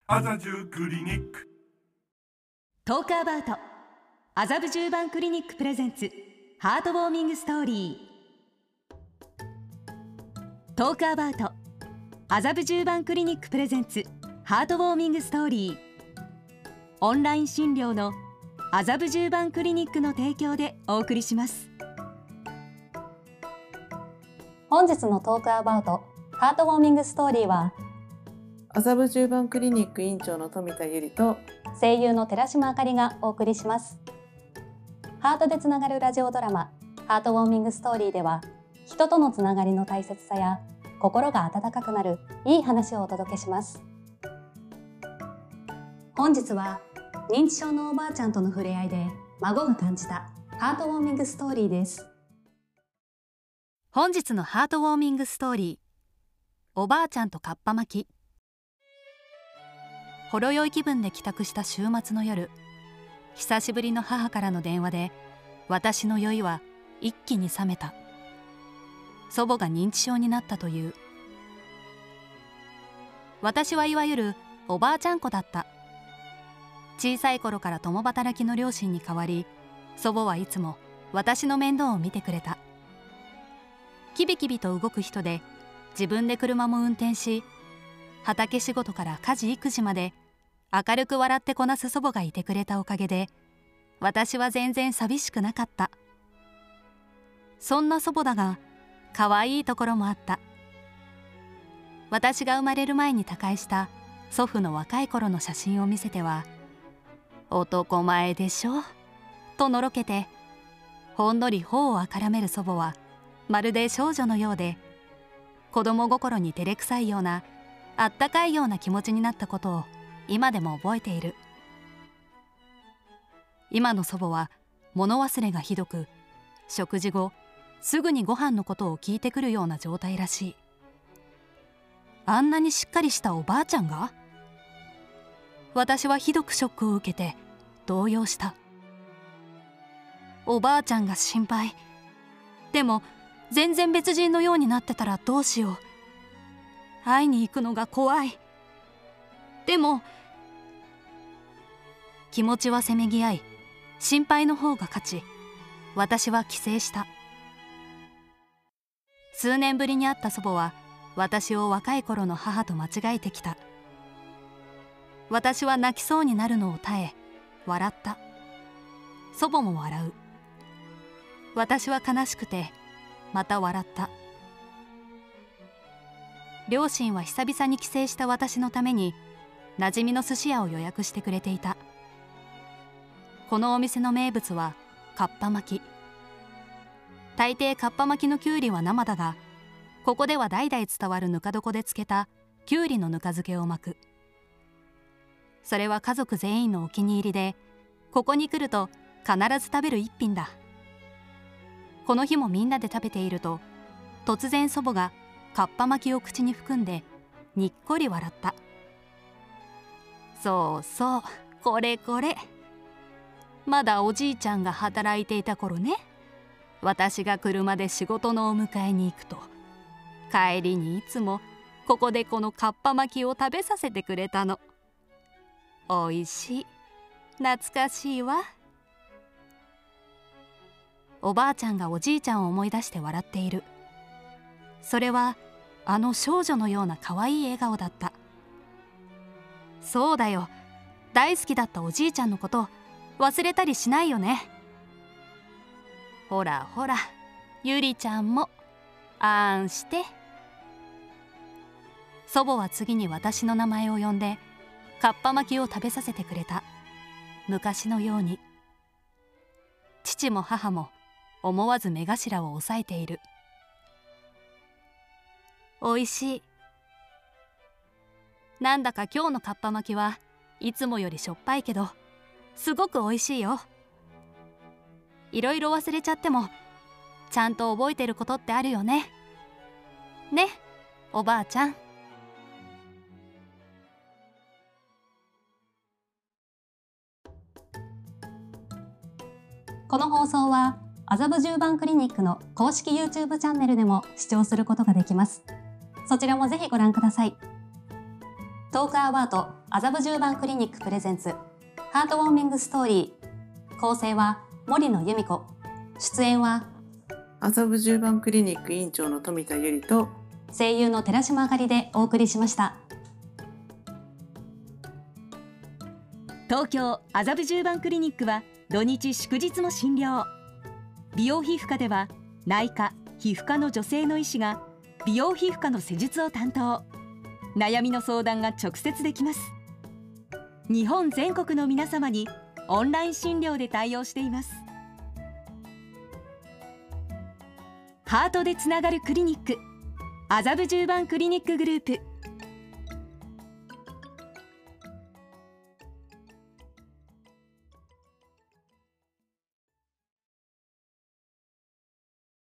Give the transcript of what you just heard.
麻布クリニック。 トークアバウト麻布十番クリニックプレゼンツハートウォーミングストーリー。トークアバウト麻布十番クリニックプレゼンツハートウォーミングストーリー。オンライン診療の麻布十番クリニックの提供でお送りします。 本日のトークアバウトハートウォーミングストーリーは、 麻布十番クリニック院長の富田由里と声優の寺島あかりがお送りします。ハートでつながるラジオドラマハートウォーミングストーリーでは、人とのつながりの大切さや心が温かくなるいい話をお届けします。本日は認知症のおばあちゃんとの触れ合いで孫が感じたハートウォーミングストーリーです。 本日のハートウォーミングストーリー、おばあちゃんとかっぱ巻き。ほろ酔い気分で帰宅した週末の夜、久しぶりの母からの電話で私の酔いは一気に冷めた。祖母が認知症になったという。私はいわゆるおばあちゃん子だった。小さい頃から共働きの両親に代わり、祖母はいつも私の面倒を見てくれた。キビキビと動く人で、自分で車も運転し、畑仕事から家事育児まで明るく笑ってこなす祖母がいてくれたおかげで、私は全然寂しくなかった。そんな祖母だが、可愛いところもあった。私が生まれる前に他界した祖父の若い頃の写真を見せては、男前でしょとのろけて、ほんのり頬をあからめる祖母はまるで少女のようで、子供心に照れくさいような、あったかいような気持ちになったことを今でも覚えている。今の祖母は物忘れがひどく、食事後すぐにご飯のことを聞いてくるような状態らしい。あんなにしっかりしたおばあちゃんが？私はひどくショックを受けて動揺した。おばあちゃんが心配。でも全然別人のようになってたらどうしよう。会いに行くのが怖い。でも気持ちはせめぎ合い、心配の方が勝ち、私は帰省した。数年ぶりに会った祖母は私を若い頃の母と間違えてきた。私は泣きそうになるのを耐え笑った。祖母も笑う。私は悲しくてまた笑った。両親は久々に帰省した私のために馴染みの寿司屋を予約してくれていた。このお店の名物はかっぱ巻き。大抵かっぱ巻きのきゅうりは生だが、ここでは代々伝わるぬか床で漬けたきゅうりのぬか漬けを巻く。それは家族全員のお気に入りで、ここに来ると必ず食べる一品だ。この日もみんなで食べていると、突然祖母がかっぱ巻きを口に含んでにっこり笑った。そうそう、これこれ。まだおじいちゃんが働いていた頃ね。私が車で仕事のお迎えに行くと、帰りにいつもここでこのかっぱ巻きを食べさせてくれたの。おいしい、懐かしいわ。おばあちゃんがおじいちゃんを思い出して笑っている。それはあの少女のような可愛い笑顔だった。そうだよ、大好きだったおじいちゃんのこと忘れたりしないよね。ほらほら、ゆりちゃんもあんして。祖母は次に私の名前を呼んでかっぱ巻きを食べさせてくれた。昔のように。父も母も思わず目頭を押さえている。おいしい。なんだか今日のかっぱ巻きはいつもよりしょっぱいけど、すごくおいしいよ。いろいろ忘れちゃってもちゃんと覚えてることってあるよね。ね、おばあちゃん。 この放送は麻布十番クリニックの公式 YouTube チャンネルでも視聴することができます。そちらもぜひご覧ください。トークアバウト麻布十番クリニックプレゼンツハートウォーミングストーリー。構成は森野由美子、出演は麻布十番クリニック院長の富田由里と声優の寺島あかりでお送りしました。 東京麻布十番クリニックは土日祝日も診療。美容皮膚科では内科・皮膚科の女性の医師が美容皮膚科の施術を担当。悩みの相談が直接できます。日本全国の皆様にオンライン診療で対応しています。ハートでつながるクリニック、麻布十番クリニックグループ。